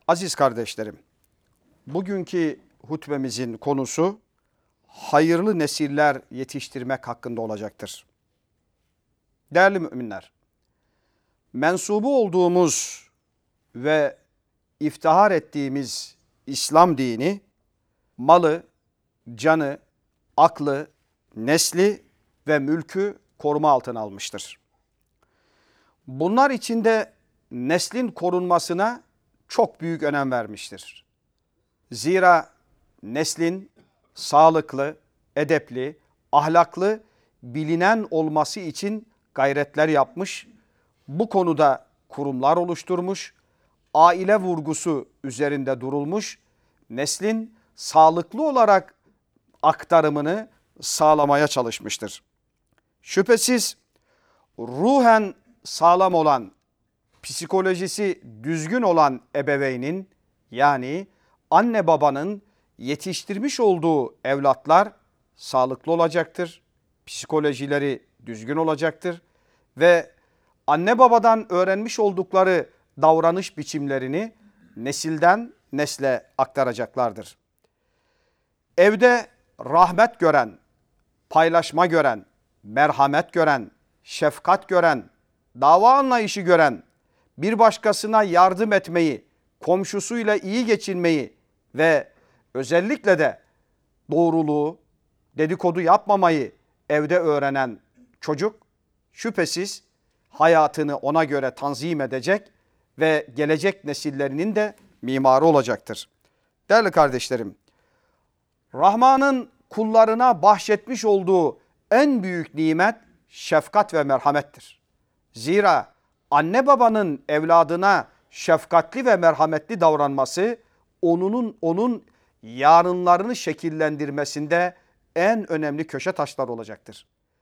Aziz kardeşlerim, bugünkü hutbemizin konusu hayırlı nesiller yetiştirmek hakkında olacaktır. Değerli müminler, mensubu olduğumuz ve iftihar ettiğimiz İslam dini, malı, canı, aklı, nesli ve mülkü koruma altına almıştır. Bunlar içinde neslin korunmasına çok büyük önem vermiştir. Zira neslin sağlıklı, edepli, ahlaklı, bilinen olması için gayretler yapmış, bu konuda kurumlar oluşturmuş, aile vurgusu üzerinde durulmuş, neslin sağlıklı olarak aktarımını sağlamaya çalışmıştır. Şüphesiz ruhen sağlam olan, psikolojisi düzgün olan ebeveynin, yani anne babanın yetiştirmiş olduğu evlatlar sağlıklı olacaktır. Psikolojileri düzgün olacaktır ve anne babadan öğrenmiş oldukları davranış biçimlerini nesilden nesle aktaracaklardır. Evde rahmet gören, paylaşma gören, merhamet gören, şefkat gören, dava anlayışı gören, bir başkasına yardım etmeyi, komşusuyla iyi geçinmeyi ve özellikle de doğruluğu, dedikodu yapmamayı evde öğrenen çocuk şüphesiz hayatını ona göre tanzim edecek ve gelecek nesillerinin de mimarı olacaktır. Değerli kardeşlerim, Rahman'ın kullarına bahşetmiş olduğu en büyük nimet şefkat ve merhamettir. Zira anne babanın evladına şefkatli ve merhametli davranması onun yarınlarını şekillendirmesinde en önemli köşe taşları olacaktır.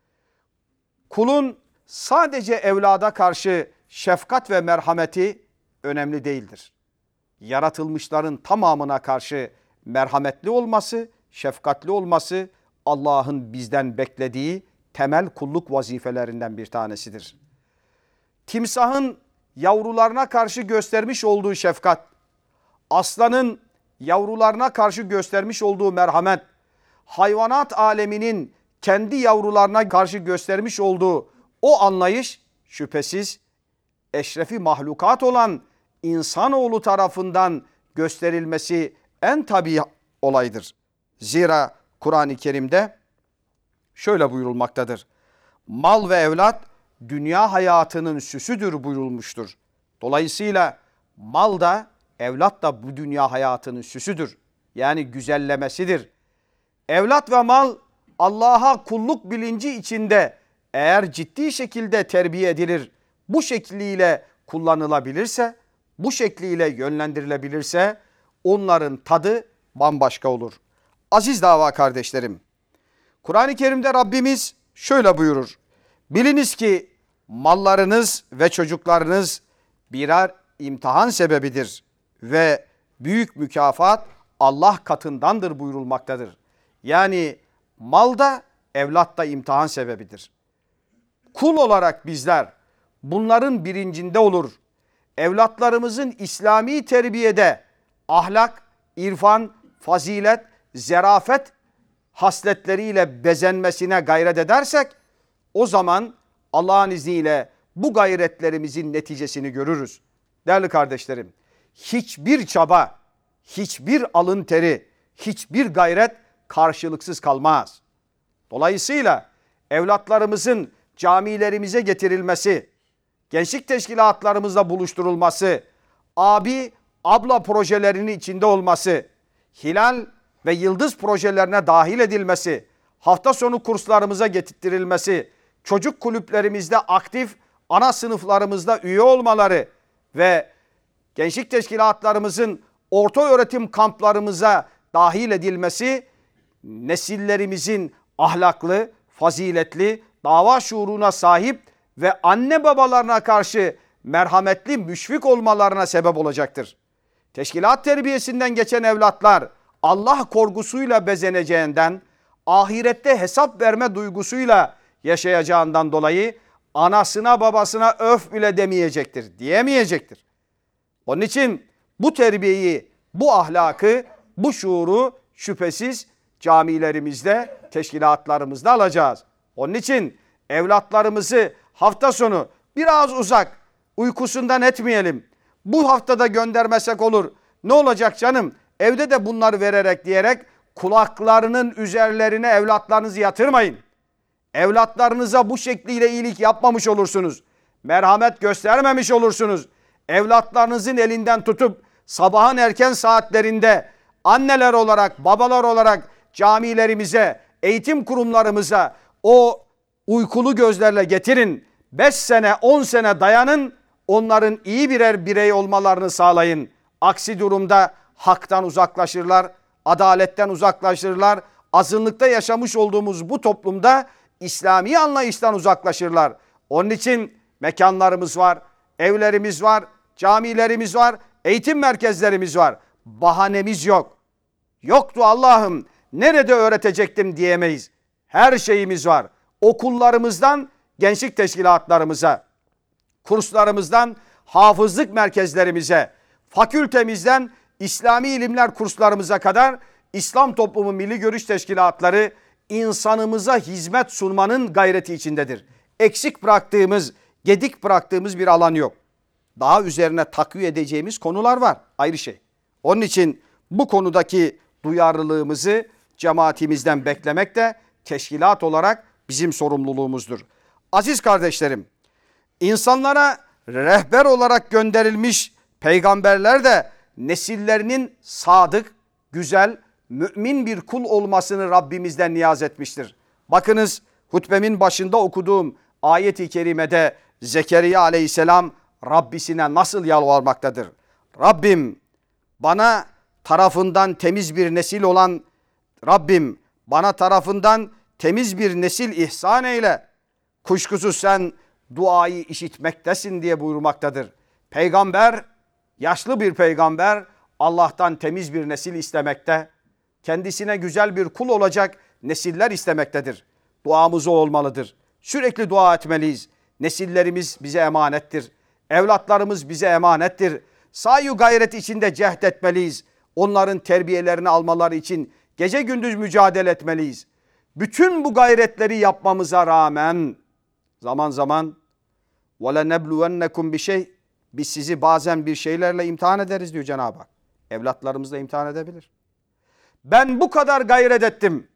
Kulun sadece evlada karşı şefkat ve merhameti önemli değildir. Yaratılmışların tamamına karşı merhametli olması, şefkatli olması Allah'ın bizden beklediği temel kulluk vazifelerinden bir tanesidir. Timsahın yavrularına karşı göstermiş olduğu şefkat, aslanın yavrularına karşı göstermiş olduğu merhamet, hayvanat aleminin kendi yavrularına karşı göstermiş olduğu o anlayış şüphesiz eşrefi mahlukat olan insanoğlu tarafından gösterilmesi en tabii olaydır. Zira Kur'an-ı Kerim'de şöyle buyurulmaktadır. Mal ve evlat dünya hayatının süsüdür buyurulmuştur. Dolayısıyla mal da evlat da bu dünya hayatının süsüdür. Yani güzellemesidir. Evlat ve mal Allah'a kulluk bilinci içinde eğer ciddi şekilde terbiye edilir, bu şekliyle kullanılabilirse, bu şekliyle yönlendirilebilirse onların tadı bambaşka olur. Aziz dava kardeşlerim, Kur'an-ı Kerim'de Rabbimiz şöyle buyurur. Biliniz ki mallarınız ve çocuklarınız birer imtihan sebebidir ve büyük mükafat Allah katındandır buyurulmaktadır. Yani mal da evlat da imtihan sebebidir. Kul olarak bizler bunların bilincinde olur. Evlatlarımızın İslami terbiyede ahlak, irfan, fazilet, zerafet hasletleriyle bezenmesine gayret edersek o zaman Allah'ın izniyle bu gayretlerimizin neticesini görürüz. Değerli kardeşlerim, hiçbir çaba, hiçbir alın teri, hiçbir gayret karşılıksız kalmaz. Dolayısıyla evlatlarımızın camilerimize getirilmesi, gençlik teşkilatlarımızla buluşturulması, abi, abla projelerinin içinde olması, hilal ve yıldız projelerine dahil edilmesi, hafta sonu kurslarımıza getirtilmesi, çocuk kulüplerimizde aktif, ana sınıflarımızda üye olmaları ve gençlik teşkilatlarımızın orta öğretim kamplarımıza dahil edilmesi, nesillerimizin ahlaklı, faziletli, dava şuuruna sahip ve anne babalarına karşı merhametli, müşfik olmalarına sebep olacaktır. Teşkilat terbiyesinden geçen evlatlar Allah korkusuyla bezeneceğinden, ahirette hesap verme duygusuyla yaşayacağından dolayı anasına babasına öf bile demeyecektir, diyemeyecektir. Onun için Bu terbiyeyi, bu ahlakı, bu şuuru şüphesiz camilerimizde, teşkilatlarımızda alacağız. Onun için evlatlarımızı hafta sonu biraz uzak, uykusundan etmeyelim. Bu haftada göndermesek olur. Ne olacak canım? Evde de bunları vererek diyerek kulaklarının üzerlerine evlatlarınızı yatırmayın. Evlatlarınıza bu şekliyle iyilik yapmamış olursunuz. Merhamet göstermemiş olursunuz. Evlatlarınızın elinden tutup sabahın erken saatlerinde anneler olarak, babalar olarak camilerimize, eğitim kurumlarımıza o uykulu gözlerle getirin. 5 sene, 10 sene dayanın. Onların iyi birer birey olmalarını sağlayın. Aksi durumda haktan uzaklaşırlar, adaletten uzaklaşırlar. Azınlıkta yaşamış olduğumuz bu toplumda İslami anlayıştan uzaklaşırlar. Onun için mekanlarımız var, evlerimiz var, camilerimiz var, eğitim merkezlerimiz var. Bahanemiz yok. Yoktu Allah'ım, nerede öğretecektim diyemeyiz. Her şeyimiz var. Okullarımızdan gençlik teşkilatlarımıza, kurslarımızdan hafızlık merkezlerimize, fakültemizden İslami ilimler kurslarımıza kadar İslam Toplumu Milli Görüş Teşkilatları insanımıza hizmet sunmanın gayreti içindedir. Eksik bıraktığımız, gedik bıraktığımız bir alan yok. Daha üzerine takviye edeceğimiz konular var, ayrı şey. Onun için bu konudaki duyarlılığımızı cemaatimizden beklemek de teşkilat olarak bizim sorumluluğumuzdur. Aziz kardeşlerim, İnsanlara rehber olarak gönderilmiş peygamberler de nesillerinin sadık, güzel, mümin bir kul olmasını Rabbimizden niyaz etmiştir. Bakınız hutbemin başında okuduğum ayet-i kerimede Zekeriya aleyhisselam Rabbisine nasıl yalvarmaktadır. Rabbim bana tarafından temiz bir nesil olan Rabbim bana tarafından temiz bir nesil ihsan eyle. Kuşkusuz sen duayı işitmektesin diye buyurmaktadır. Peygamber, yaşlı bir peygamber Allah'tan temiz bir nesil istemekte, kendisine güzel bir kul olacak nesiller istemektedir. Duamız o olmalıdır. Sürekli dua etmeliyiz. Nesillerimiz bize emanettir. Evlatlarımız bize emanettir. Sayu gayret içinde cehd etmeliyiz. Onların terbiyelerini almaları için gece gündüz mücadele etmeliyiz. Bütün bu gayretleri yapmamıza rağmen zaman zaman وَلَنَبْلُوَنَّكُمْ بِشَيْءٍ biz sizi bazen bir şeylerle imtihan ederiz diyor Cenab-ı Hak. Evlatlarımızla imtihan edebilir. Ben bu kadar gayret ettim.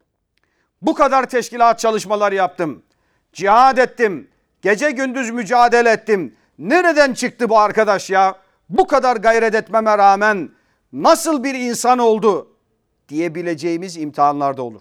Bu kadar teşkilat çalışmaları yaptım. Cihad ettim. Gece gündüz mücadele ettim. Nereden çıktı bu arkadaş ya? Bu kadar gayret etmeme rağmen nasıl bir insan oldu diyebileceğimiz imtihanlarda olur.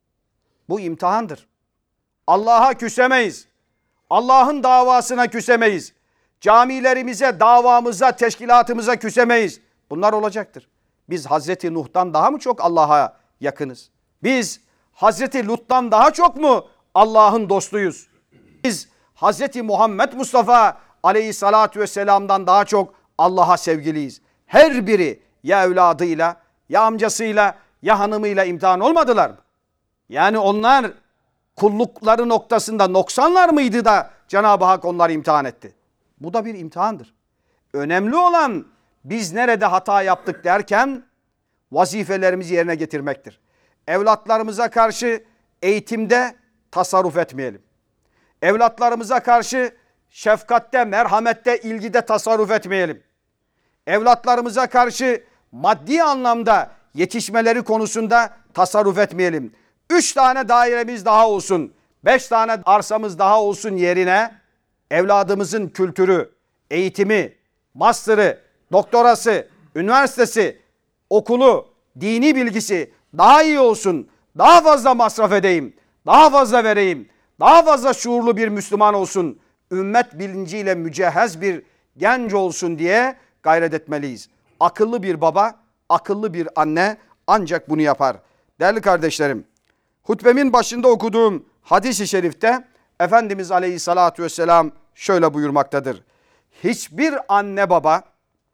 Bu imtihandır. Allah'a küsemeyiz. Allah'ın davasına küsemeyiz. Camilerimize, davamıza, teşkilatımıza küsemeyiz. Bunlar olacaktır. Biz Hazreti Nuh'tan daha mı çok Allah'a yakınız? Biz Hazreti Lut'tan daha çok mu Allah'ın dostuyuz? Biz Hazreti Muhammed Mustafa aleyhissalatü vesselam'dan daha çok Allah'a sevgiliyiz. Her biri ya evladıyla, ya amcasıyla, ya hanımıyla imtihan olmadılar mı? Yani onlar kullukları noktasında noksanlar mıydı da Cenab-ı Hak onları imtihan etti? Bu da bir imtihandır. Önemli olan biz nerede hata yaptık derken vazifelerimizi yerine getirmektir. Evlatlarımıza karşı eğitimde tasarruf etmeyelim. Evlatlarımıza karşı şefkatte, merhamette, ilgide tasarruf etmeyelim. Evlatlarımıza karşı maddi anlamda yetişmeleri konusunda tasarruf etmeyelim. 3 tane dairemiz daha olsun, 5 tane arsamız daha olsun yerine evladımızın kültürü, eğitimi, master'ı, doktorası, üniversitesi, okulu, dini bilgisi daha iyi olsun, daha fazla masraf edeyim, daha fazla vereyim, daha fazla şuurlu bir Müslüman olsun, ümmet bilinciyle mücehhez bir genç olsun diye gayret etmeliyiz. Akıllı bir baba, akıllı bir anne ancak bunu yapar. Değerli kardeşlerim, hutbemin başında okuduğum hadis-i şerifte Efendimiz Aleyhisselatü Vesselam şöyle buyurmaktadır. Hiçbir anne baba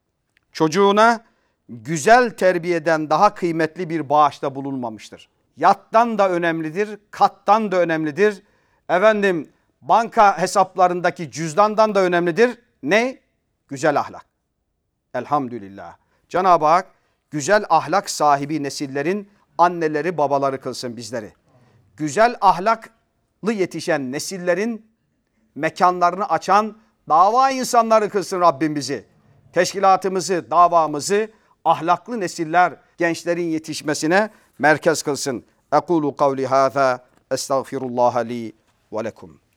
çocuğuna güzel terbiyeden daha kıymetli bir bağışta bulunmamıştır. Yattan da önemlidir, kattan da önemlidir. Efendim banka hesaplarındaki cüzdandan da önemlidir. Ne? Güzel ahlak. Elhamdülillah. Cenab-ı Hak güzel ahlak sahibi nesillerin anneleri babaları kılsın bizleri. Güzel ahlaklı yetişen nesillerin mekanlarını açan dava insanları kılsın Rabbim bizi. Teşkilatımızı, davamızı ahlaklı nesiller, gençlerin yetişmesine merkez kılsın. Ekulu kavli hâzâ, estağfirullah li ve lekum.